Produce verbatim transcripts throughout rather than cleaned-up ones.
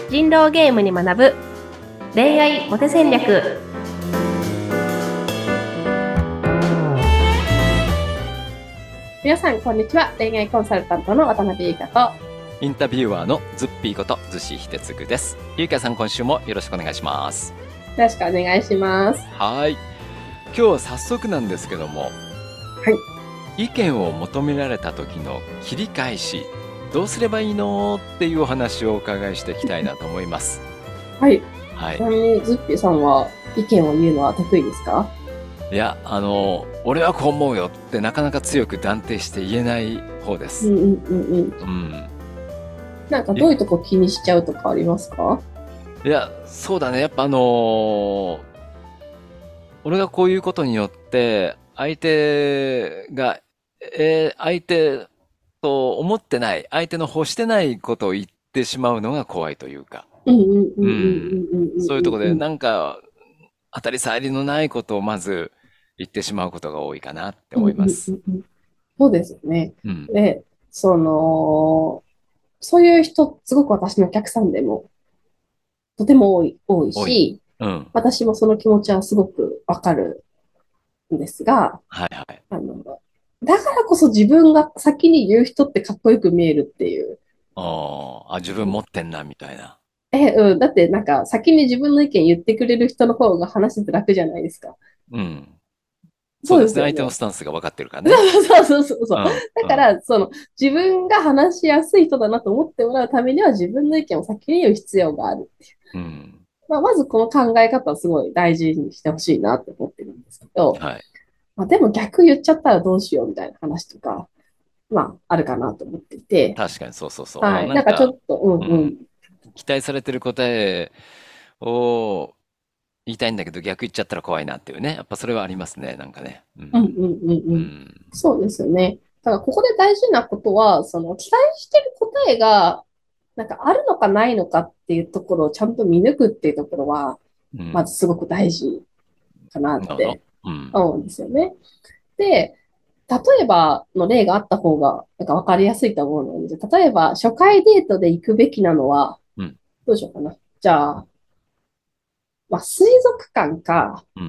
人狼ゲームに学ぶ恋愛モテ戦略。皆さんこんにちは。恋愛コンサルタントの渡辺優香とインタビュアーのズッピーこと逗子秀嗣です。ゆいかさん、今週もよろしくお願いします。 よろしくお願いします。 はい、今日は早速なんですけども、はい、意見を求められた時の切り返し、どうすればいいのっていうお話をお伺いしていきたいなと思います。 はい、 はい、 ちなみにズッピーさんは意見を言うのは得意ですか？ いや、あの俺はこう思うよってなかなか強く断定して言えない方です。 うんうんうんうん、うん、なんかどういうとこ気にしちゃうとかありますか？ いや、そうだね、やっぱあのー、俺がこういうことによって相手が、えー、相手と思ってない、相手の欲してないことを言ってしまうのが怖いというか、 うんうんうんうんうん、 うんうんそういうところでうん。 なんか当たり障りのないことをまず言ってしまうことが多いかなってうんうんう思います。 んうん。そうですよね。 うん、 で、その、そういう人、すごく私のお客さんでもとても多い、多い多い。 し、 うん。 私もその気持ちはすごくわかるんですが、 はいはい。 あの、だからこそ自分が先に言う人ってかっこよく見えるっていう。 あーあ、自分持ってんな、みたいな。 え、うん、だってなんか先に自分の意見言ってくれる人の方が話してて楽じゃないですか。 うん。そそううですね。相手のですよね。 スタンスが分かってるからね。 そうそうそうそう。 うん、 だうん、 から、その、自分が話しやすい人だなと思ってもらうためには自分の意見を先に言う必要があるっていう。 うん。 まあ、まずこの考え方はすごい大事にしてほしいなって思ってるんですけど、 はい。 まあ、でも逆言っちゃったらどうしようみたいな話とか、まあ、あるかなと思っていて、 確かにそうそうそう。うん、 はい。なんかちょなんか、 っと、うんううん。 ん。 期待されてる答えを言いたいんだけど逆言っちゃったら怖いなっていうね。やっぱそれはありますね。なんかね。うん。 うんうんうんうん。 うん。 そうですよね。だからここで大事なことは、その期待してる答えが、なんかあるのかないのかっていうところをちゃんと見抜くっていうところは、 うん。 まずすごく大事かなっなるほど。 てうん。 思うんですよね。で、例えばの例があった方が、なんかわかりやすいと思うので、例えば初回デートで行くべきなのは、 うん。 どうしようかな。じゃあ、まあ、水族館か、 うん。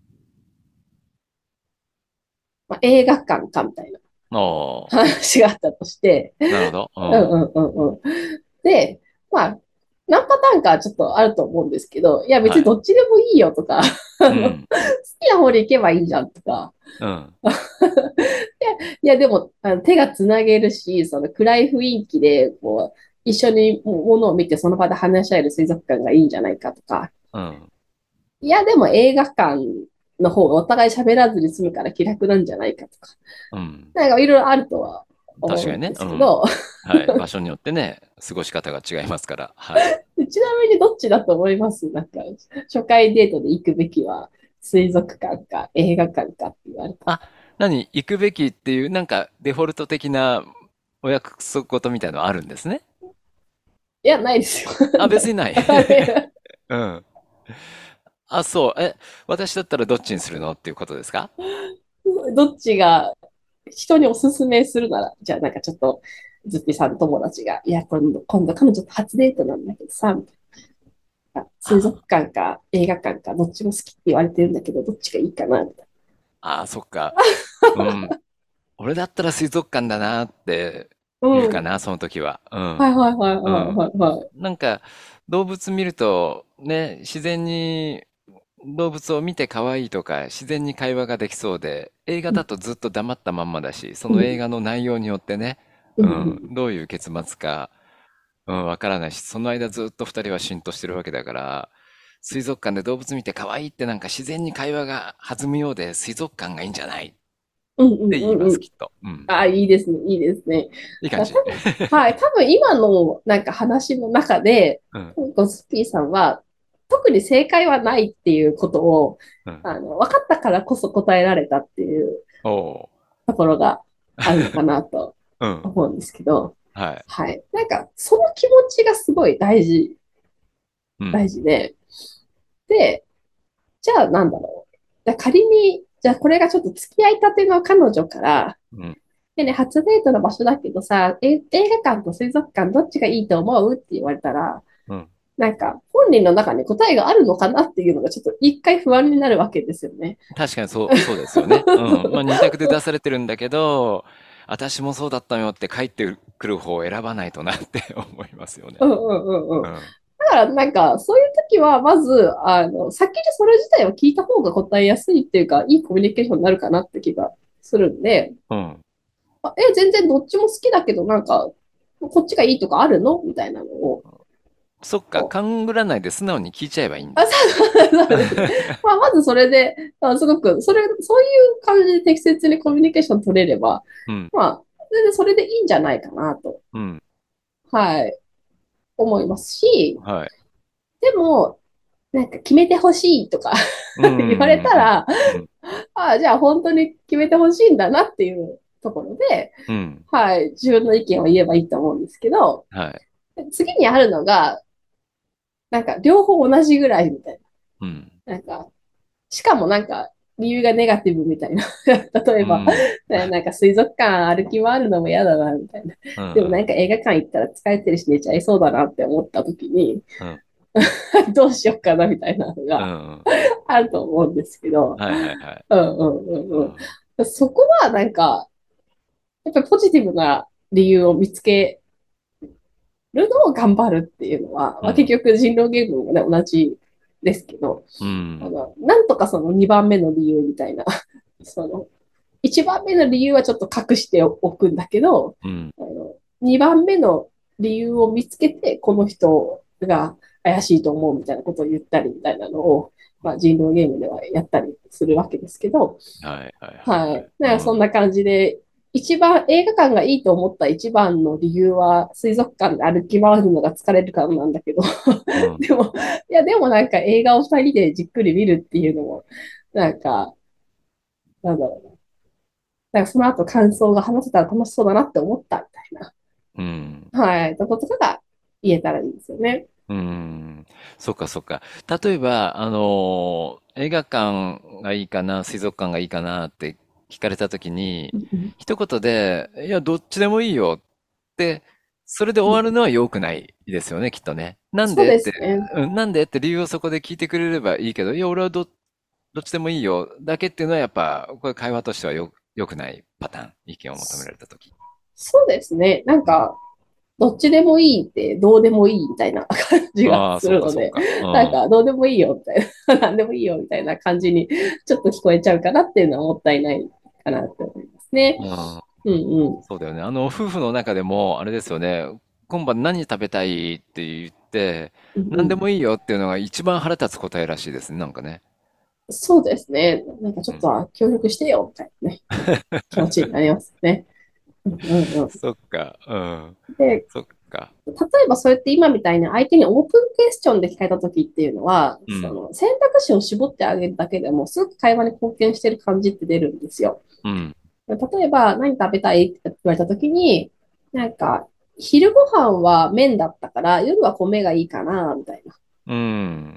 まあ、映画館かみたいなおー。 話があったとして、 なるほど。うん。 うんうんうんうん。で、まあ、何パターンかちょっとあると思うんですけど、いや別はい。 にどっちでもいいよとか、あの、好うん。 きな方で行けばいいじゃんとか、 うん。 いやでもあの手がつなげるし、その暗い雰囲気でこう一緒にものを見てその場で話し合える水族館がいいんじゃないかとか、 うん。 いやでも映画館の方がお互い喋らずに済むから気楽なんじゃないかとか、 うん。 なんかいろいろあるとは思うんで確かにね。うん。 すけど、 はい。場所によってね、過ごし方が違いますから。はい。 ちなみにどっちだと思います？なんか、初回デートで行くべきは、水族館か映画館かって言われた。 あ、何行くべきっていう、なんかデフォルト的なお約束事みたいのあるんですね。 いや、ないですよ。 あ、別にない。 あれうん。あ、そう。え、私だったらどっちにするのっていうことですか？ どっちが人におすすめするなら、じゃあなんかちょっと、ズッピさんの友達が、いや、今度、今度彼女と初デートなんだけどさ、みたいな。水族あ館か映画館かどっちも好きって言われてるんだけど、どっちがいいかなみたいあ、そっか。うん。俺だったら水族館だなってな。うん。 言うかな、その時は。うん。 はいはいはいうん。 はいはいはい。 なんか、動物見ると、ね、自然に動物を見て可愛いとか、自然に会話ができそうで、映画だとずっと黙ったまんまだし、そうん。 の映画の内容によってね、 うん。 うん、 うん。 どういう結末か、うん、わからないし、その間ずっと二人は浸透してるわけだから、水族館で動物見て可愛いってなんか自然に会話が弾むようで、水族館がいいんじゃないっうんうて言います、 んうんうん。 きっと。うん。 あ、いいですね、いいですね。 いい感じ。 だ多分、はい、多分今のなんか話の中で、 うん、 ゴスピーさんは、特に正解はないっていうことを、 うん。 あの、分かったからこそ答えられたっていうおお。 ところがあるのかなとうん。 思うんですけど、 はい。 はい。なんか、その気持ちがすごい大事、 うん。 大事で、で、じゃあなんだろう。じゃあ仮に、じゃあこれがちょっと付き合いたての彼女から、 うん。 でね、初デートの場所だけどさ、え映画館と水族館どっちがいいと思うって言われたら、 うん。 なんか本人の中に答えがあるのかなっていうのがちょっと一回不安になるわけですよね。 確かにそう、そうですよね。うん。まあ二択で出されてるんだけど、私もそうだったよって帰ってくる方を選ばないとなって思いますよね。 うんうんうんうん。 うん。 だからなんかそういう時はまず、あの、先にそれ自体を聞いた方が答えやすいっていうか、いいコミュニケーションになるかなって気がするんで、 うん。 あえ、全然どっちも好きだけど、なんか、こっちがいいとかあるのみたいなのを、 そっか、 こう勘ぐらないで素直に聞いちゃえばいいんあ、 だ。 そうそうですね。まあ、まずそれで、あ、すごく、それ、そういう感じで適切にコミュニケーション取れれば、 うん。 まあ、全然それでいいんじゃないかなと、 うん。 はい、思いますし、 はい。 でも、なんか決めてほしいとかうん。 言われたうん。 ら、 うん。 あ、じゃあ本当に決めてほしいんだなっていうところで、 うん。 はい、自分の意見を言えばいいと思うんですけど、 はい。 次にあるのが、なんか両方同じぐらいみたいうん。 な。なんか、しかもなんか理由がネガティブみたいな。例えば、 うん。 ねなんか水族館歩き回るのも嫌だな、みたいな。 うん。うん。 でもなんか映画館行ったら疲れてるし寝ちゃいそうだなって思った時に、 うん。 どうしようかなみたいなのがうん。 あると思うんですけど、 はいはいはい。 うんうんうんうん。 うん。そこはなんか、やっぱりポジティブな理由を見つけるのを頑張るっていうのは、まあ、結うん。 局人狼ゲームもね、同じですけど、 うん。 あの、なんとかそのにばんめの理由みたいな、その、いちばんめの理由はちょっと隠しておくんだけど、 うん。 あのにばんめの理由を見つけて、この人が怪しいと思うみたいなことを言ったりみたいなのを、まあ、人狼ゲームではやったりするわけですけど、 はいはいはいはい。 はい。 なんかそんうん。 な感じで、一番、映画館がいいと思った一番の理由は、水族館で歩き回るのが疲れるからなんだけど、 うん。 でも、いや、でもなんか映画を二人でじっくり見るっていうのも、なんか、なんだろうな。なんかその後感想が話せたら楽しそうだなって思ったみたいな、 うん。 はい、とことかが言えたらいいですよね。 うん。そっかそっか。例えば、あのー映画館がいいかな、水族館がいいかなって聞かれたときに、 うんうん一言で、いや、どっちでもいいよって、それで終わるのは良くないですよね、きっとね。なんそうでって、 ですね。 うんなんでって理由をそこで聞いてくれればいいけど、いや、俺はど、どっちでもいいよだけっていうのはやっぱ、これ会話としてはよ、良くないパターン。意見を求められたとき。 そうですね。なんうん。 か、どっちでもいいってどうでもいいみたいな感じがああ、そうするので、 かそうか。うん。 なんかどうでもいいよみたいな、なんでもいいよみたいな感じにちょっと聞こえちゃうかなっていうのはもったいないかなって思いますね。 うん。 うんうん。 そうだよね。あの、夫婦の中でも、あれですよね。今晩何食べたいって言って、 うんうん。 何でもいいよっていうのが一番腹立つ答えらしいですね。なんかね。 そうですね。なんかちうん。 ょっと協力してよみたいなね、気持ちになりますね。うんうんうん。 そっか。うん。 で、 そっか。 例えばそうやって今みたいに相手にオープンクエスチョンで聞かれた時っていうのは、 うん。 その選択肢を絞ってあげるだけでもすごく会話に貢献してる感じって出るんですよ。 うん。 例えば何食べたいって言われた時に、なんか昼ご飯は麺だったから夜は米がいいかな、みたいなうん。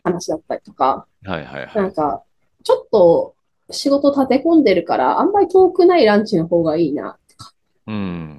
話だったりとか、 はいはいはい。 なんかちょっと仕事立て込んでるからあんまり遠くないランチの方がいいな。 うん。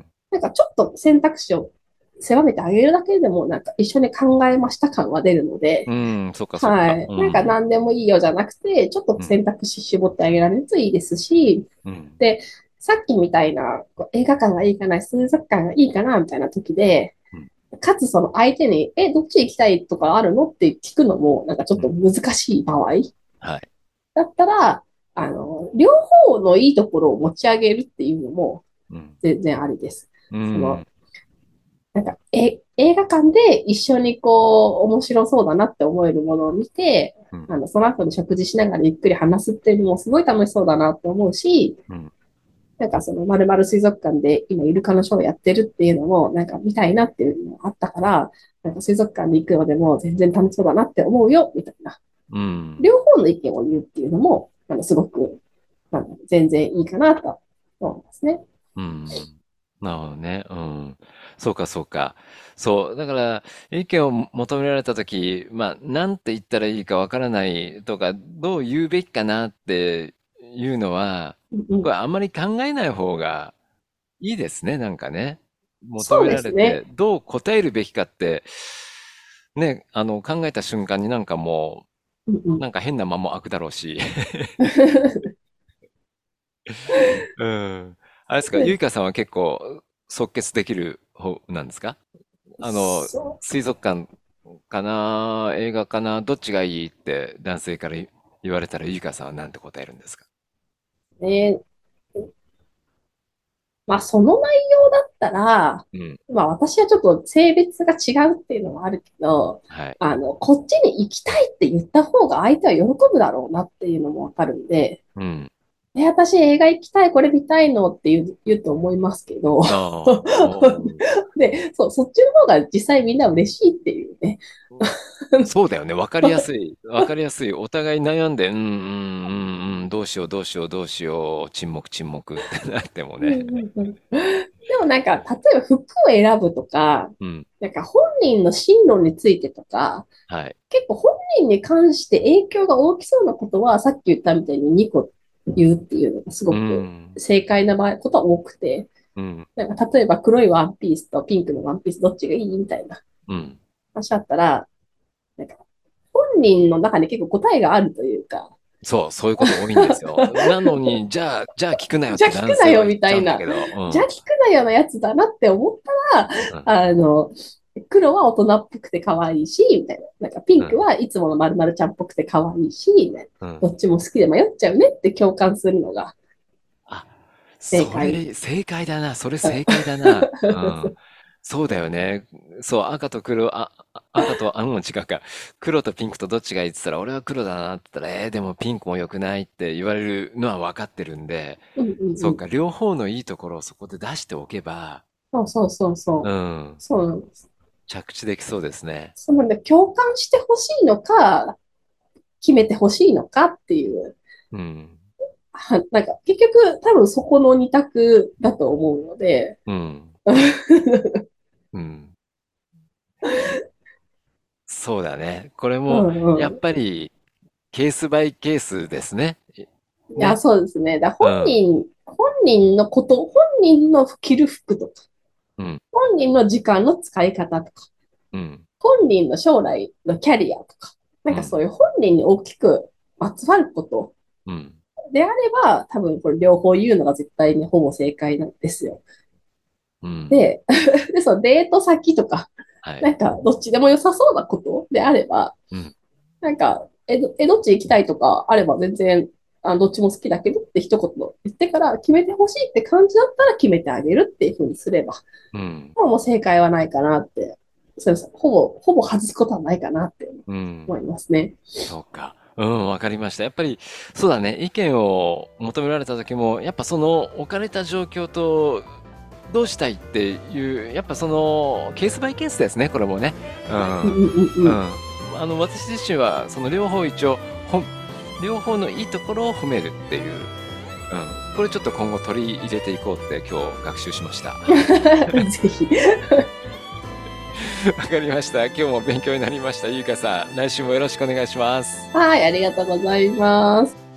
なんかちょっと選択肢を狭めてあげるだけでもなんか一緒に考えました感は出るので、 うん。そっかそっか。 はい。なんかうん。 何でもいいよじゃなくて、ちょっとうん。 選択肢絞ってあげられるといいですし、 うん。 で、さっきみたいなこう映画館がいいかな、水族館がいいかなみたいな時で、 うん。 かつその相手に、え、どっち行きたいとかあるのって聞くのも、なんかちょっとうん。 難しい場合はい。 だったら、あの、両方のいいところを持ち上げるっていうのもうん。 全然ありです。 うその、 ん。 なんか、え、映画館で一緒にこう、面白そうだなって思えるものを見て、 うん。 あの、その後に食事しながらゆっくり話すっていうのもすごい楽しそうだなって思うし、 うん。 なんかその、まるまる水族館で今イルカのショーをやってるっていうのも、なんか見たいなっていうのもあったから、なんか水族館で行くのでも全然楽しそうだなって思うよ、みたいな。 うん。 両方の意見を言うっていうのも、あの、すごく、あの、全然いいかなと思いますね。 うん。なるほどね。うん。そうか、そうか。そう。だから、意見を求められたとき、まあ、なんて言ったらいいかわからないとか、どう言うべきかなっていうのは、 うんうん、 これあんまり考えない方がいいですね、なんかね。求そうめられて、 ですね。 どう答えるべきかって、 ね、あの、考えた瞬間になんかもう、 うんうん。 なんか変な間も空くだろうし。うん。あれですか、ゆいでかさんは結構即決できる方なんですか？あの、 そ水族館かな、映画かな、どっちがいいって男性から言言われたらゆいかさんはなんて答えるんですか？ うね。まあ、その内容だったら、 うん。 まあ、私はちょっと性別が違うっていうのはあるけど、 はい。 あの、こっちに行きたいって言った方が相手は喜ぶだろうなっていうのもわかるんで、 うん。 え、私映画行きたい、これ見たいのって言う、言うと思いますけど、 ああ、おー、 で、そう、そっちの方が実際みんな嬉しいっていうね。 そうだよね。わかりやすい。わかりやすい。お互い悩んで、うん、うん、うん、うん、どうしよう、どうしよう、どうしよう、沈黙、沈黙ってなってもうんね。 うんうん。でもなんか、例えば服を選ぶとか、 うん。 なんか本人の進路についてとか、 はい。 結構本人に関して影響が大きそうなことは、さっき言ったみたいににこ言うっていうのがすうごくん。 正解な場合、ことは多くて、 うん。 なんか例えば黒いワンピースとピンクのワンピースどっちがいいみたいなうん。 話だったら、なんか本人の中に結構答えがあるというか、 そう、そういうこと多いんですよ。なのに、じゃあ、じゃあ聞くなよっじゃあて聞くなよ男性は言っみたいな、 ちゃうんだけど、うん。 じゃあ聞くなよのやつだなって思ったら、 うん。 あの、黒は大人っぽくて可愛いし、みたいな。なんかピンクうん。 はいつもの〇〇ちゃんっぽくて可愛いし、みたいな。 うん。 どっちも好きで迷っちゃうねって共感するのがあ、 正解。 それ、正解だな。それ正解だな。うん。そうだよね。そう、赤と黒、あ、あ赤と、あ、うん、違うか。黒とピンクとどっちがいいって言ったら、俺は黒だなって言ったら、えー、でもピンクも良くないって言われるのは分かってるんで、 うんうんうん。 そうか、両方のいいところをそこで出しておけば、 そうそうそうそう。 うん、 そうなんです。 着地できそうですね。 そうなんで、共感してほしいのか、決めてほしいのかっていう、 うん、 はなんか結局多分そこの二択だと思うので、 うん、うん。そうだね。これうも、やっんうん。 ぱり、ケースバイケースですね。 いや、 ね。 そうですね。だ本うん、 人、本人のこと、本人の着る服とか、 うん、 本人の時間の使い方とか、 うん、 本人の将来のキャリアとか、なんうん、 かそういう本人に大きくまつわることうん、 であれば、多分これ両方言うのが絶対にほぼ正解なんですよ。 うん。 で、で、そのデート先とか、 はい。 なんかどっちでも良さそうなことであれば、 うん、 なんか、え、どえ、どっち行きたいとかあれば全然、あ、どっちも好きだけどって一言言ってから決めてほしいって感じだったら決めてあげるっていうふうにすれば、 うん、 まあもう正解はないかなって、そうです。ほぼ、ほぼ外すことはないかなってうん。 思いますね。 そうか。うん、わかりました。やっぱり、そうだね。意見を求められた時も、やっぱその置かれた状況と、どうしたいっていう、やっぱその、ケースバイケースですね、これもね。うん。 うんうんうんうん。 うん。あの、私自身は、その両方一応、ほん、両方のいいところを褒めるっていう。うん。これちょっと今後取り入れていこうって今日学習しました。 ぜひ。 わかりました。今日も勉強になりました。ゆうかさん、来週もよろしくお願いします。 はい、ありがとうございます。